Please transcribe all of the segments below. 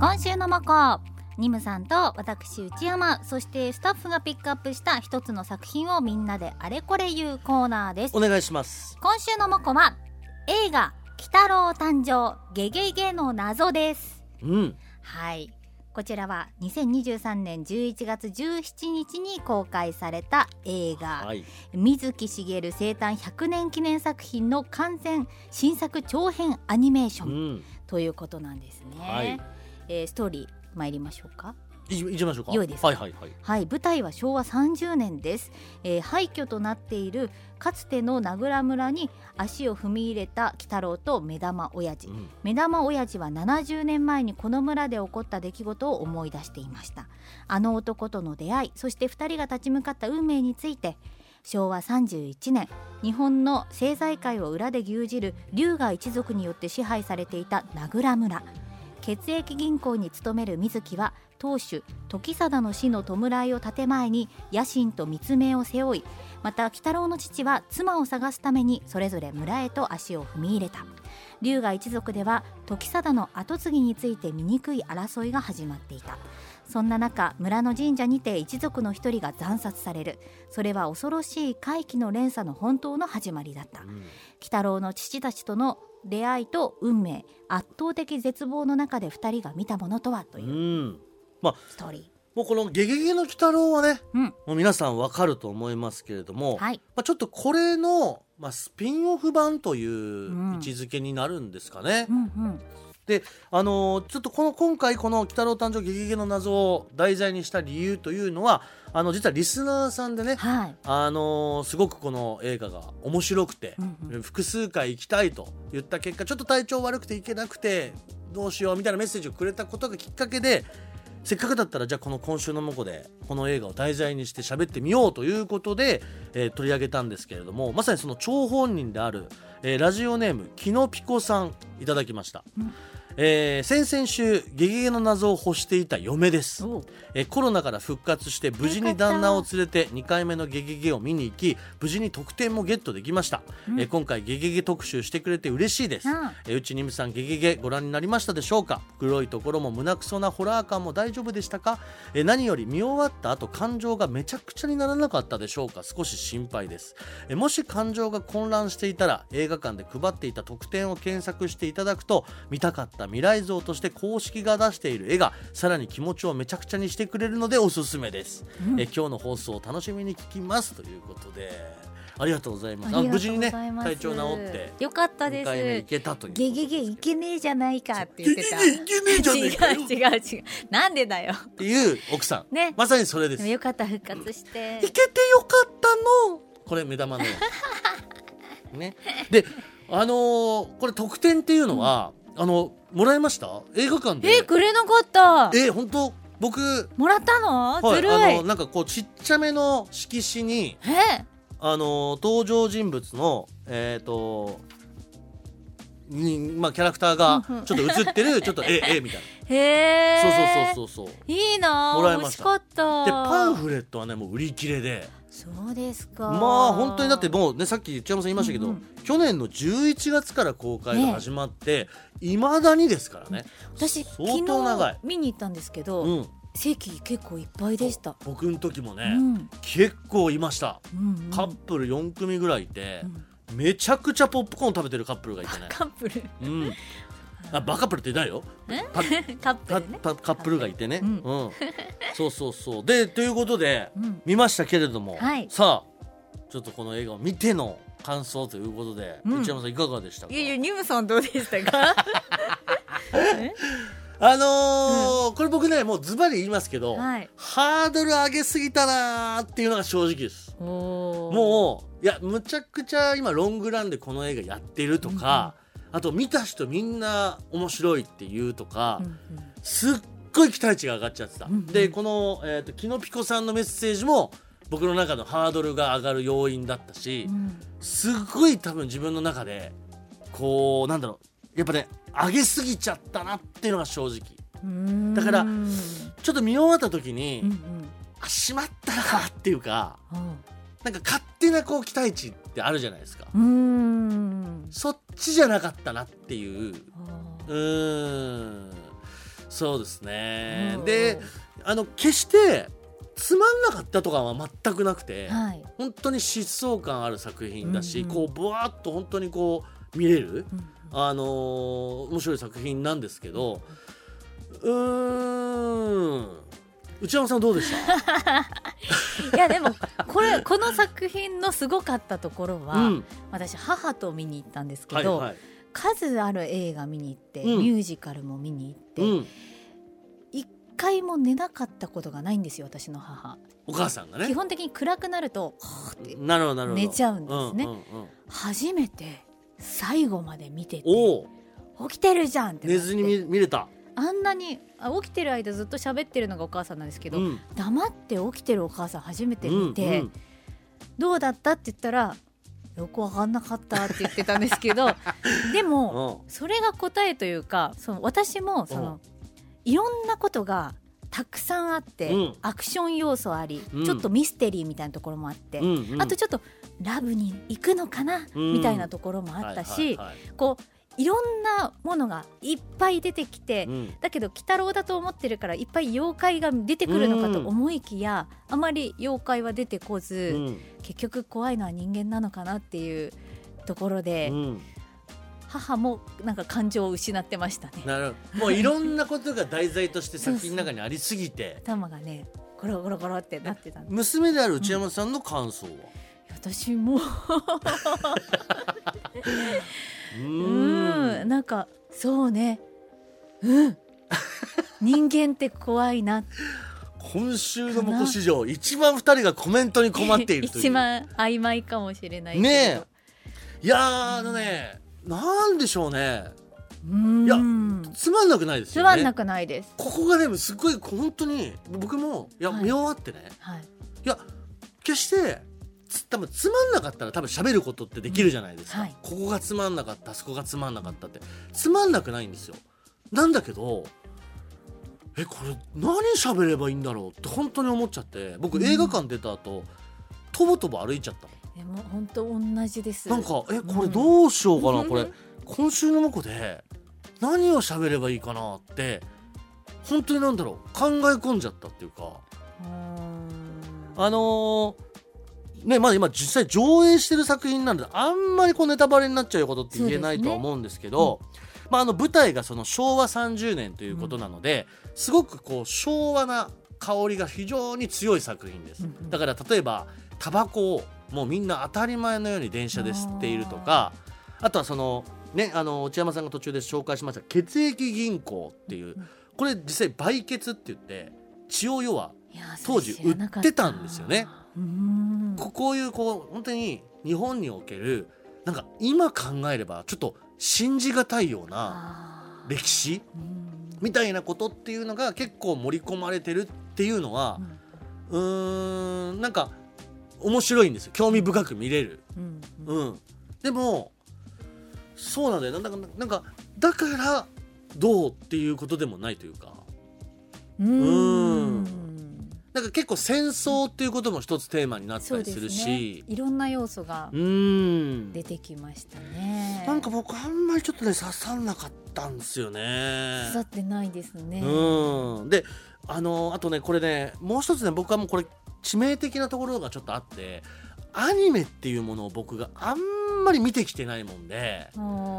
今週のモコニムさんと私内山、そしてスタッフがピックアップした一つの作品をみんなであれこれ言うコーナーです。 お願いします。 今週のモコは映画鬼太郎誕生ゲゲゲの謎です。はい、こちらは2023年11月17日に公開された映画、はい、水木しげる生誕100年記念作品の完全新作長編アニメーション、ということなんですね。はい、ストーリー参りましょうか。 いきましょうか。 良いですか。 はい、 舞台は昭和30年です。廃墟となっているかつての名倉村に足を踏み入れた鬼太郎と目玉親父、目玉親父は70年前にこの村で起こった出来事を思い出していました。あの男との出会い、そして2人が立ち向かった運命について、昭和31年日本の政財界を裏で牛耳る龍河一族によって支配されていた名倉村、血液銀行に勤める水木は当主時貞の死の弔いを建前に野心と密命を背負い、また鬼太郎の父は妻を探すためにそれぞれ村へと足を踏み入れた。龍河一族では時貞の跡継ぎについて醜い争いが始まっていた。そんな中、村の神社にて一族の一人が惨殺される。それは恐ろしい怪奇の連鎖の本当の始まりだった。鬼太郎の父たちとの出会いと運命、圧倒的絶望の中で2人が見たものとはというストーリー。 もうこのゲゲゲの鬼太郎はね、もう皆さんわかると思いますけれども、ちょっとこれの、スピンオフ版という位置づけになるんですかね。で、ちょっと今回この鬼太郎誕生ゲゲゲの謎を題材にした理由というのは、実はリスナーさんでね、すごくこの映画が面白くて、複数回行きたいと言った結果、ちょっと体調悪くて行けなくてどうしようみたいなメッセージをくれたことがきっかけで、せっかくだったらじゃあこの今週のモコでこの映画を題材にして喋ってみようということで、取り上げたんですけれども、まさにその張本人である、ラジオネームキノピコさんいただきました。先々週ゲゲゲの謎を欲していた嫁です。コロナから復活して無事に旦那を連れて2回目のゲゲゲを見に行き、無事に特典もゲットできました。今回ゲゲゲ特集してくれて嬉しいです。うちにむさん、ゲゲゲご覧になりましたでしょうか。黒いところも胸くそなホラー感も大丈夫でしたか。何より見終わった後感情がめちゃくちゃにならなかったでしょうか。少し心配です。もし感情が混乱していたら映画館で配っていた特典を検索していただくと、見たかった未来像として公式が出している絵がさらに気持ちをめちゃくちゃにしてくれるのでおすすめです。今日の放送を楽しみに聞きますということで、ありがとうございます。無事にね、体調治ってよかったです。2 回目行けたという。 ゲゲゲいけねえじゃないかって言ってた。 ゲゲゲいけねえじゃねえかよ。 違うなんでだよっていう奥さん、ね、まさにそれです。 よかった、復活していけてよかったの。これ目玉のね。で、これ特典っていうのは、もらいました。映画館でくれなかった。 本当僕もらったの、ずるい。 なんかこうちっちゃめの色紙に登場人物のキャラクターがちょっと映ってるちょっと絵みたいな。そういいな、 もらいました。 欲しかった。 でパンフレットはね、もう売り切れで。 そうですか。 本当にだってもうね、さっき内山さん言いましたけど、去年の11月から公開が始まっていまだにですからね。 私相当長い。 昨日見に行ったんですけど、席結構いっぱいでした。 僕の時もね、結構いました。カップル4組ぐらいいて、めちゃくちゃポップコーン食べてるカップルがいてね。 カップル、 バカップルっていないよ。カップルがいてね。そうで、ということで、見ましたけれども、さあちょっとこの映画を見ての感想ということで、内山さんいかがでしたか。 ニムさんどうでしたか。 これ僕ね、もうズバリ言いますけど、ハードル上げすぎたなーっていうのが正直です。もういや、むちゃくちゃ今ロングランでこの映画やってるとか、あと見た人みんな面白いっていうとか、すっごい期待値が上がっちゃってた。で、この、キノピコさんのメッセージも僕の中のハードルが上がる要因だったし、すっごい多分自分の中でこう、なんだろう、やっぱね、上げすぎちゃったなっていうのが正直だから、ちょっと見終わった時に、しまったなっていうか、なんか勝手なこう期待値ってあるじゃないですか。そっちじゃなかったなっていう。 そうですね。で決してつまんなかったとかは全くなくて、はい、本当に疾走感ある作品だし、こうブワーッと本当にこう見れる、面白い作品なんですけど、内山さんどうでした？ いやでもこの作品のすごかったところは、私母と見に行ったんですけど、数ある映画見に行って、ミュージカルも見に行って、一回も寝なかったことがないんですよ、私の母。 お母さんがね。 基本的に暗くなるとって寝ちゃうんですね。初めて最後まで見てて、起きてるじゃんってなって、 寝ずに見れた。 あんなに起きてる間ずっと喋ってるのがお母さんなんですけど、黙って起きてるお母さん初めて見て、どうだったって言ったらよく分かんなかったって言ってたんですけどでもそれが答えというか、私もいろんなことがたくさんあって、アクション要素あり、ちょっとミステリーみたいなところもあって、あとちょっとラブに行くのかな、みたいなところもあったし、こういろんなものがいっぱい出てきて、だけど鬼太郎だと思ってるからいっぱい妖怪が出てくるのかと思いきや、あまり妖怪は出てこず、結局怖いのは人間なのかなっていうところで、母もなんか感情を失ってましたね。 なるほど。もういろんなことが題材として作品の中にありすぎて頭がねゴロゴロゴロってなってたんです。 娘である内山さんの感想は？ 私もなんかそうね、人間って怖いな。 今週の目史上一番2人がコメントに困っているという一番曖昧かもしれないけどね。いやなんでしょうね。いやつまんなくないですよね。 つまんなくないです。 ここがねすごい本当に僕も見終わってね、いや決して多分つまんなかったら多分喋ることってできるじゃないですか、ここがつまんなかった、そこがつまんなかったってつまんなくないんですよ。なんだけどこれ何喋ればいいんだろうって本当に思っちゃって、僕映画館出た後とぼとぼ歩いちゃったの。 もう本当同じです。 なんかこれどうしようかな、これ今週のモコで何を喋ればいいかなって本当に考え込んじゃったっていうか、まだ今実際上映してる作品なんであんまりネタバレになっちゃうことって言えないとは思うんですけど、舞台が昭和30年ということなので、すごく昭和な香りが非常に強い作品です。だから例えばタバコをもうみんな当たり前のように電車で吸っているとか、あとは内山さんが途中で紹介しました血液銀行っていう、これ実際売血って言って血を要は当時売ってたんですよね。こういう本当に日本における今考えればちょっと信じがたいような歴史みたいなことっていうのが結構盛り込まれてるっていうのは、面白いんですよ。興味深く見れる、でもそうなんだよ。だからどうっていうことでもないというか、結構戦争っていうことも一つテーマになったりするし、 いろんな要素が出てきましたね。 僕あんまりちょっとね刺さんなかったんですよね。 刺さってないですね。 であとねこれねもう一つね、僕はもうこれ致命的なところがちょっとあって、アニメっていうものを僕があんまり見てきてないもんで、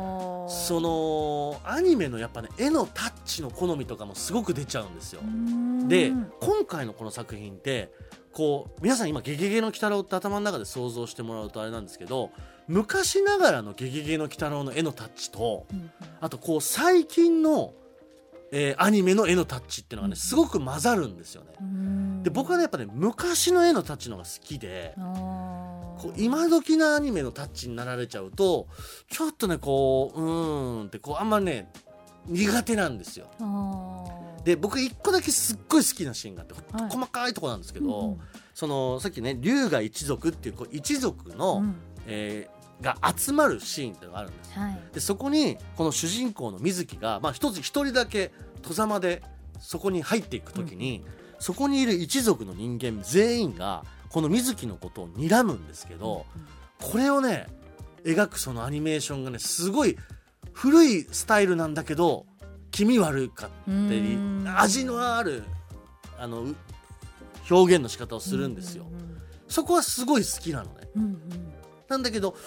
アニメのやっぱね絵のタッチの好みとかもすごく出ちゃうんですよ。で今回のこの作品って皆さん今ゲゲゲの鬼太郎って頭の中で想像してもらうとあれなんですけど、昔ながらのゲゲゲの鬼太郎の絵のタッチと、あと最近のアニメの絵のタッチっていうのがねすごく混ざるんですよね。で僕はねやっぱね昔の絵のタッチのが好きで、今時のアニメのタッチになられちゃうとちょっとねってあんまりね苦手なんですよ。で僕一個だけすっごい好きなシーンがあって、細かいとこなんですけど、さっきね龍河一族っていう一族の、が集まるシーンっていうのがあるんです、でそこにこの主人公の水木が、一人だけ外様でそこに入っていくときに、そこにいる一族の人間全員がこの水木のことを睨むんですけど、これをね描くそのアニメーションがねすごい古いスタイルなんだけど気味悪かったり味のある表現の仕方をするんですよ。そこはすごい好きなのね、なんだけど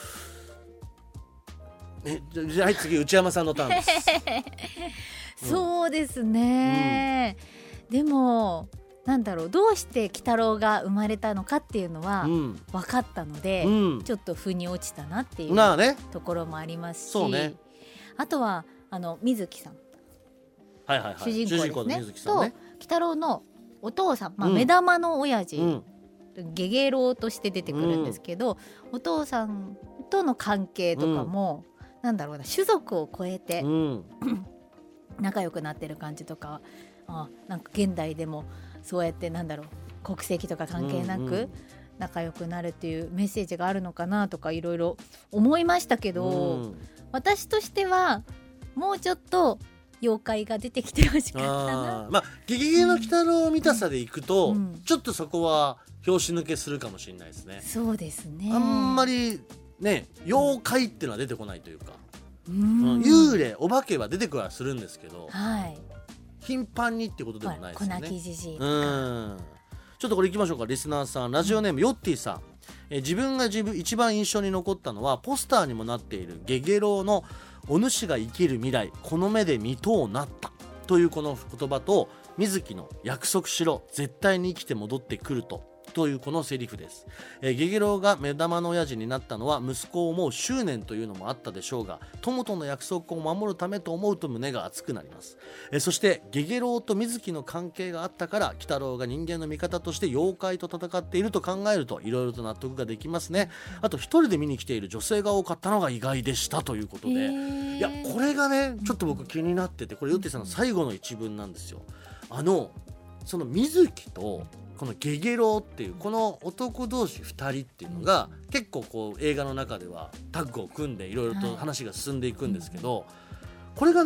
じゃあ次内山さんのターンですそうですね、でもなんだろう、どうして鬼太郎が生まれたのかっていうのは分かったので、ちょっと腑に落ちたなっていうところもありますし、 そうね、 あとは水木さん、主人公ですね、と鬼太郎のお父さん、目玉の親父、ゲゲロウとして出てくるんですけど、お父さんとの関係とかも、なんだろうな、種族を超えて、仲良くなってる感じとか、なんか現代でもそうやってなんだろう、国籍とか関係なく仲良くなるっていうメッセージがあるのかなとかいろいろ思いましたけど、私としてはもうちょっと妖怪が出てきてほしかったな。 ゲゲゲの鬼太郎見たさでいくと、ちょっとそこは拍子抜けするかもしれないですね。 そうですね、 あんまりね妖怪っていうのは出てこないというか、幽霊お化けは出てくるはするんですけど、頻繁にってことでもないですよね。 粉木じじいとか、ちょっとこれいきましょうか。リスナーさん、ラジオネームヨッティさん、自分が一番印象に残ったのはポスターにもなっているゲゲロウのお主が生きる未来この目で見とうなったというこの言葉と、水木の約束しろ絶対に生きて戻ってくるというこのセリフです。ゲゲロウが目玉の親父になったのは息子を思う執念というのもあったでしょうが、友との約束を守るためと思うと胸が熱くなります。そしてゲゲロウと水木の関係があったから鬼太郎が人間の味方として妖怪と戦っていると考えるといろいろと納得ができますね。あと一人で見に来ている女性が多かったのが意外でしたということで、いやこれがねちょっと僕気になってて、これヨッティさんの最後の一文なんですよ。その水木とこのゲゲロウっていうこの男同士2人っていうのが結構こう映画の中ではタッグを組んでいろいろと話が進んでいくんですけど、これが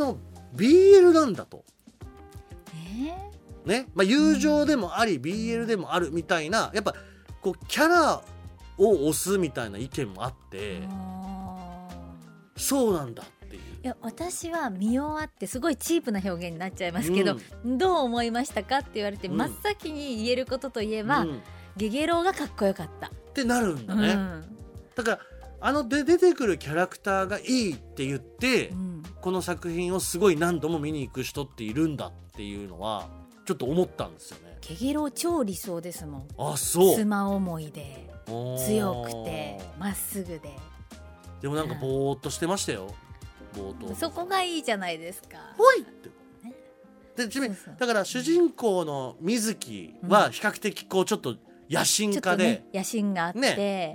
BL なんだと、ね、友情でもあり BL でもあるみたいな、やっぱこうキャラを推すみたいな意見もあって、そうなんだ。 いや私は見終わってすごいチープな表現になっちゃいますけど、どう思いましたかって言われて、真っ先に言えることといえば、ゲゲロウがかっこよかったってなるんだね、だから出てくるキャラクターがいいって言って、この作品をすごい何度も見に行く人っているんだっていうのはちょっと思ったんですよね。 ゲゲロウ超理想ですもん。 あ、そう。 妻思いで強くてまっすぐで、 でもなんかぼーっとしてましたよ。 そこがいいじゃないですか。 ほいってで、だから主人公の水木は比較的こうちょっと野心家で、 野心があって、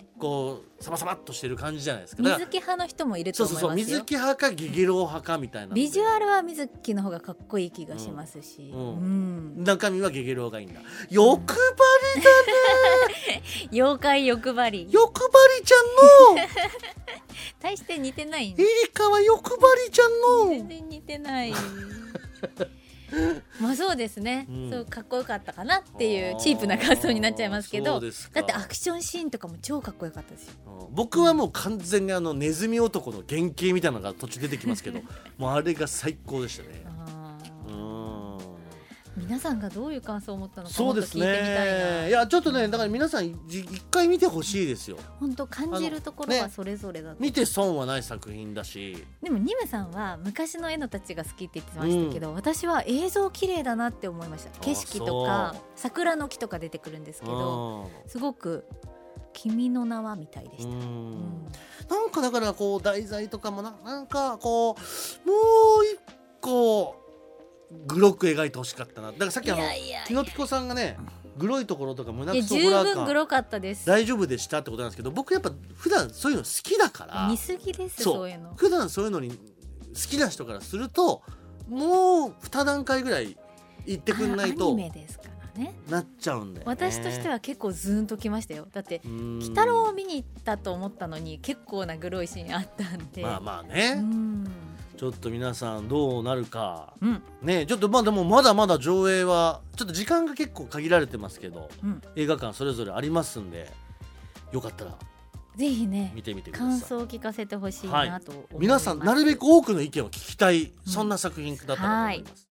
こうサバサバっとしてる感じじゃないですか。 水木派の人もいると思いますよ。 水木派かゲゲロウ派かみたいな。 ビジュアルは水木の方がかっこいい気がしますし、 中身はゲゲロウがいいんだ。欲張りだね妖怪欲張り、 欲張りちゃんの大して似てない。 エリカは欲張りちゃんの全然似てないまあそうですね、そうかっこよかったかなっていうチープな感想になっちゃいますけど、だってアクションシーンとかも超かっこよかったですよ。 僕はもう完全にネズミ男の原型みたいなのが途中出てきますけどもうあれが最高でしたね。 皆さんがどういう感想を持ったのかもっと聞いてみたいな。 いやちょっとね、だから皆さん一回見てほしいですよ。 本当感じるところはそれぞれだと、 見て損はない作品だし。 でもニムさんは昔の絵のタッチが好きって言ってましたけど、私は映像綺麗だなって思いました。景色とか桜の木とか出てくるんですけど、すごく君の名はみたいでした。 なんかだからこう題材とかもなんかこうもう一個グロく描いてほしかったな。だからさっきキノピコさんがね、グロいところとか胸クソホラー感十分グロかったです。 大丈夫でしたってことなんですけど、僕やっぱ普段そういうの好きだから見すぎです。そういうの普段そういうのに好きな人からするともう2段階ぐらい行ってくんないとアニメですからねなっちゃうんだよね。 私としては結構ズーンときましたよ。だって鬼太郎を見に行ったと思ったのに結構なグロいシーンあったんで、 まあね、ちょっと皆さんどうなるか、ね、ちょっとでもまだまだ上映はちょっと時間が結構限られてますけど、映画館それぞれありますんで、よかったらぜひね見てみてください。 感想を聞かせてほしいなと思います。 皆さんなるべく多くの意見を聞きたい、そんな作品だったと思います。